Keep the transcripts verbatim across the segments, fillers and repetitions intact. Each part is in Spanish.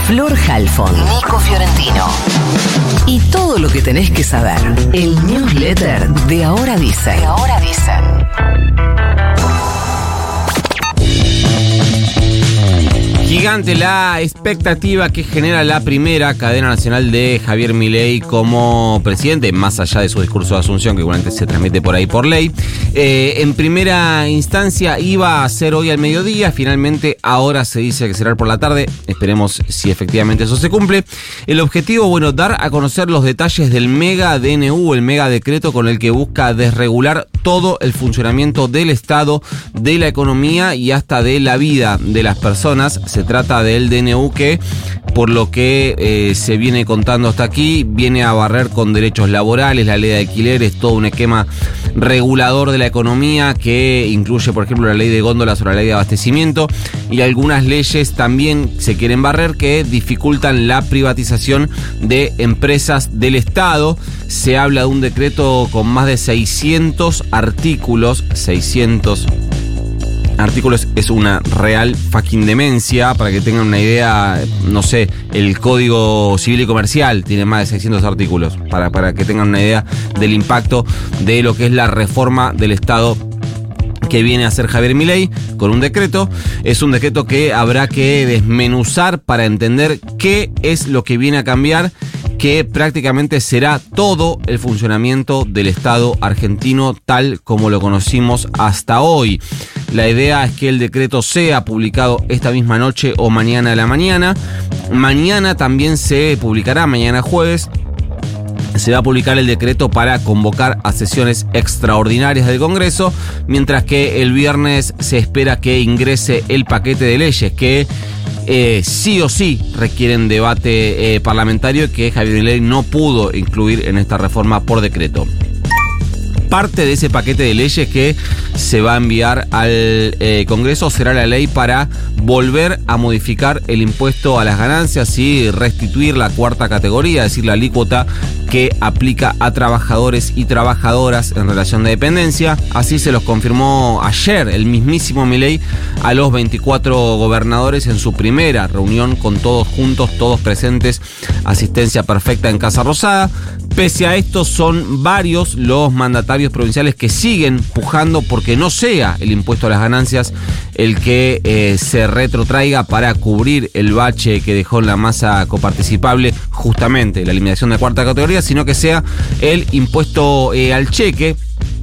Flor Halfon, Nico Fiorentino. Y todo lo que tenés que saber. El newsletter de Ahora Dicen. De Ahora Dicen. Gigante la expectativa que genera la primera cadena nacional de Javier Milei como presidente, más allá de su discurso de asunción, que igualmente se transmite por ahí por ley. Eh, en primera instancia iba a ser hoy al mediodía, finalmente ahora se dice que será por la tarde. Esperemos si efectivamente eso se cumple. El objetivo, bueno, dar a conocer los detalles del mega D N U, el mega decreto con el que busca desregular todo el funcionamiento del Estado, de la economía y hasta de la vida de las personas. Se trata del D N U que, por lo que eh, se viene contando hasta aquí, viene a barrer con derechos laborales, la ley de alquileres, todo un esquema regulador de la economía que incluye, por ejemplo, la ley de góndolas o la ley de abastecimiento, y algunas leyes también se quieren barrer que dificultan la privatización de empresas del Estado. Se habla de un decreto con más de seiscientos artículos, seiscientos artículos es una real fucking demencia. Para que tengan una idea, no sé, el Código Civil y Comercial tiene más de seiscientos artículos, para, para que tengan una idea del impacto de lo que es la reforma del Estado que viene a hacer Javier Milei con un decreto. Es un decreto que habrá que desmenuzar para entender qué es lo que viene a cambiar, que prácticamente será todo el funcionamiento del Estado argentino tal como lo conocimos hasta hoy. La idea es que el decreto sea publicado esta misma noche o mañana a la mañana. Mañana también se publicará, mañana jueves, se va a publicar el decreto para convocar a sesiones extraordinarias del Congreso, mientras que el viernes se espera que ingrese el paquete de leyes que eh, sí o sí requieren debate eh, parlamentario, que Javier Milei no pudo incluir en esta reforma por decreto. Parte de ese paquete de leyes que se va a enviar al eh, Congreso será la ley para volver a modificar el impuesto a las ganancias y restituir la cuarta categoría, es decir, la alícuota que aplica a trabajadores y trabajadoras en relación de dependencia. Así se los confirmó ayer el mismísimo Milei a los veinticuatro gobernadores en su primera reunión con todos juntos, todos presentes, asistencia perfecta en Casa Rosada. Pese a esto, son varios los mandatarios provinciales que siguen pujando porque no sea el impuesto a las ganancias el que eh, se retrotraiga para cubrir el bache que dejó en la masa coparticipable, justamente la eliminación de la cuarta categoría, sino que sea el impuesto eh, al cheque.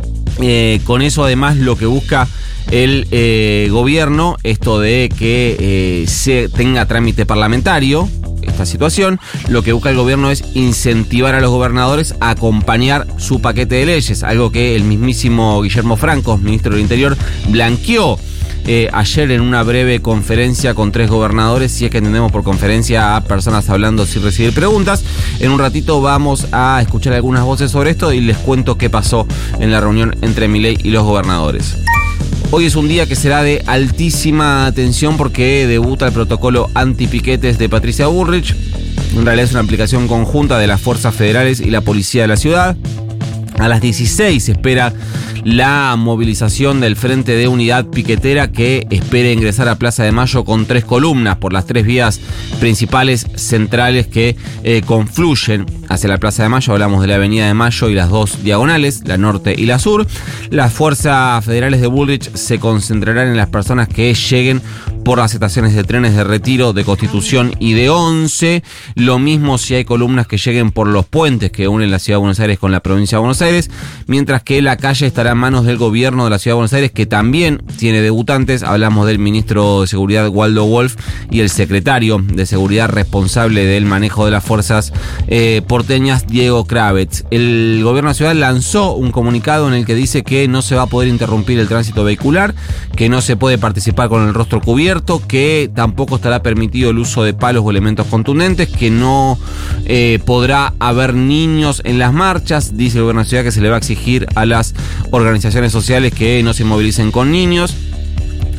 Eh, con eso además lo que busca el eh, gobierno, esto de que eh, se tenga trámite parlamentario, esta situación, lo que busca el gobierno es incentivar a los gobernadores a acompañar su paquete de leyes, algo que el mismísimo Guillermo Franco, ministro del Interior, blanqueó eh, ayer en una breve conferencia con tres gobernadores, si es que entendemos por conferencia a personas hablando sin recibir preguntas. En un ratito vamos a escuchar algunas voces sobre esto y les cuento qué pasó en la reunión entre Milei y los gobernadores. Hoy es un día que será de altísima tensión porque debuta el protocolo antipiquetes de Patricia Bullrich. En realidad es una aplicación conjunta de las fuerzas federales y la policía de la ciudad. A las dieciséis se espera la movilización del Frente de Unidad Piquetera, que espera ingresar a Plaza de Mayo con tres columnas por las tres vías principales centrales que eh, confluyen hacia la Plaza de Mayo. Hablamos de la Avenida de Mayo y las dos diagonales, la norte y la sur. Las fuerzas federales de Bullrich se concentrarán en las personas que lleguen por las estaciones de trenes de Retiro, de Constitución y de Once. Lo mismo si hay columnas que lleguen por los puentes que unen la Ciudad de Buenos Aires con la provincia de Buenos Aires, mientras que la calle estará en manos del gobierno de la Ciudad de Buenos Aires, que también tiene debutantes. Hablamos del ministro de Seguridad, Waldo Wolf, y el secretario de Seguridad responsable del manejo de las fuerzas eh, porteñas, Diego Kravetz. El gobierno de la ciudad lanzó un comunicado en el que dice que no se va a poder interrumpir el tránsito vehicular, que no se puede participar con el rostro cubierto, que tampoco estará permitido el uso de palos o elementos contundentes, que no eh, podrá haber niños en las marchas. Dice el gobierno de la ciudad que se le va a exigir a las organizaciones sociales que no se movilicen con niños.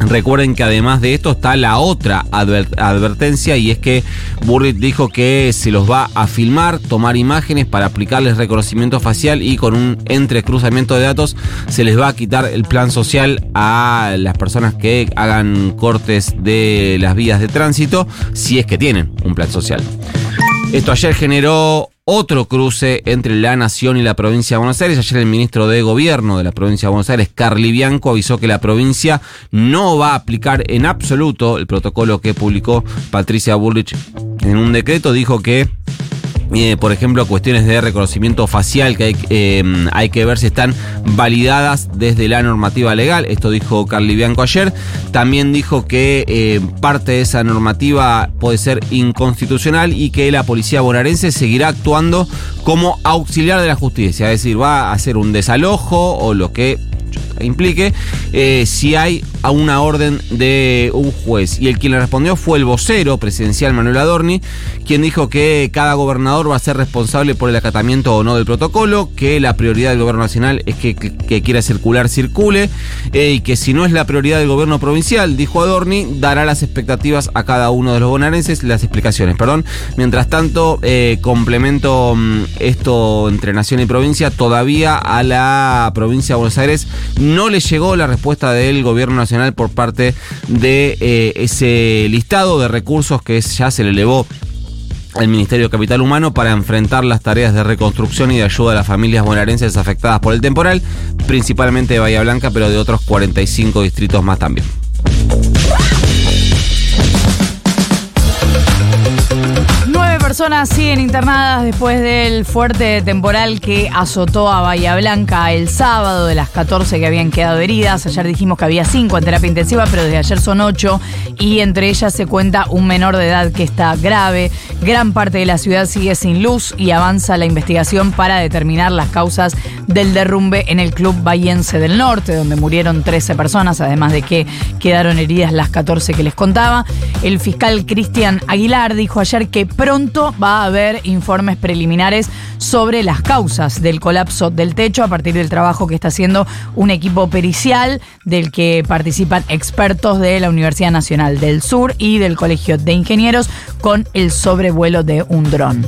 Recuerden que además de esto está la otra adver- advertencia, y es que Burrit dijo que se los va a filmar, tomar imágenes para aplicarles reconocimiento facial, y con un entrecruzamiento de datos se les va a quitar el plan social a las personas que hagan cortes de las vías de tránsito, si es que tienen un plan social. Esto ayer generó otro cruce entre la Nación y la provincia de Buenos Aires. Ayer el ministro de Gobierno de la provincia de Buenos Aires, Carly Bianco, avisó que la provincia no va a aplicar en absoluto el protocolo que publicó Patricia Bullrich en un decreto. Dijo que Eh, por ejemplo, cuestiones de reconocimiento facial que hay, eh, hay que ver si están validadas desde la normativa legal. Esto dijo Carly Bianco ayer. También dijo que eh, parte de esa normativa puede ser inconstitucional y que la policía bonaerense seguirá actuando como auxiliar de la justicia, es decir, va a hacer un desalojo o lo que implique eh, si hay a una orden de un juez. Y el quien le respondió fue el vocero presidencial Manuel Adorni, quien dijo que cada gobernador va a ser responsable por el acatamiento o no del protocolo, que la prioridad del gobierno nacional es que, que, que quiera circular, circule, eh, y que si no es la prioridad del gobierno provincial, dijo Adorni, dará las expectativas a cada uno de los bonaerenses, las explicaciones, perdón. Mientras tanto, eh, complemento mm, esto entre nación y provincia, todavía a la provincia de Buenos Aires no le llegó la respuesta del gobierno nacional por parte de eh, ese listado de recursos que ya se le elevó al Ministerio de Capital Humano para enfrentar las tareas de reconstrucción y de ayuda a las familias bonaerenses afectadas por el temporal, principalmente de Bahía Blanca, pero de otros cuarenta y cinco distritos más también. Personas siguen internadas después del fuerte temporal que azotó a Bahía Blanca el sábado. De las catorce que habían quedado heridas, ayer dijimos que había cinco en terapia intensiva, pero desde ayer son ocho, y entre ellas se cuenta un menor de edad que está grave. Gran parte de la ciudad sigue sin luz y avanza la investigación para determinar las causas del derrumbe en el Club Bahiense del Norte, donde murieron trece personas, además de que quedaron heridas las catorce que les contaba. El fiscal Cristian Aguilar dijo ayer que pronto va a haber informes preliminares sobre las causas del colapso del techo a partir del trabajo que está haciendo un equipo pericial del que participan expertos de la Universidad Nacional del Sur y del Colegio de Ingenieros con el sobrevuelo de un dron.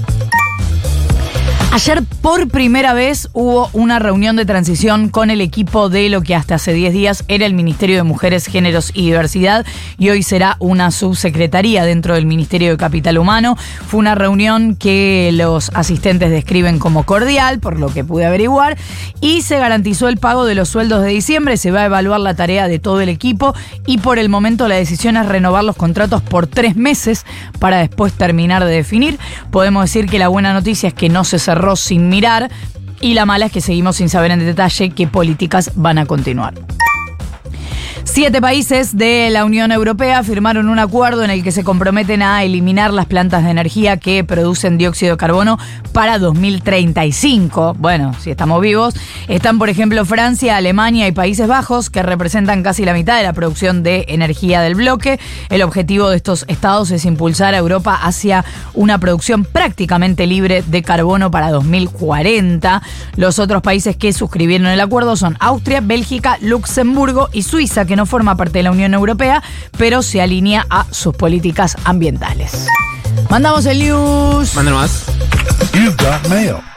Ayer por primera vez hubo una reunión de transición con el equipo de lo que hasta hace diez días era el Ministerio de Mujeres, Géneros y Diversidad, y hoy será una subsecretaría dentro del Ministerio de Capital Humano. Fue una reunión que los asistentes describen como cordial, por lo que pude averiguar, y se garantizó el pago de los sueldos de diciembre. Se va a evaluar la tarea de todo el equipo y por el momento la decisión es renovar los contratos por tres meses para después terminar de definir. Podemos decir que la buena noticia es que no se cerró sin mirar, y la mala es que seguimos sin saber en detalle qué políticas van a continuar. Siete países de la Unión Europea firmaron un acuerdo en el que se comprometen a eliminar las plantas de energía que producen dióxido de carbono para dos mil treinta y cinco. Bueno, si estamos vivos. Están, por ejemplo, Francia, Alemania y Países Bajos, que representan casi la mitad de la producción de energía del bloque. El objetivo de estos estados es impulsar a Europa hacia una producción prácticamente libre de carbono para dos mil cuarenta. Los otros países que suscribieron el acuerdo son Austria, Bélgica, Luxemburgo y Suiza, que no forma parte de la Unión Europea, pero se alinea a sus políticas ambientales. Mandamos el news. Mándalo más. You've got mail.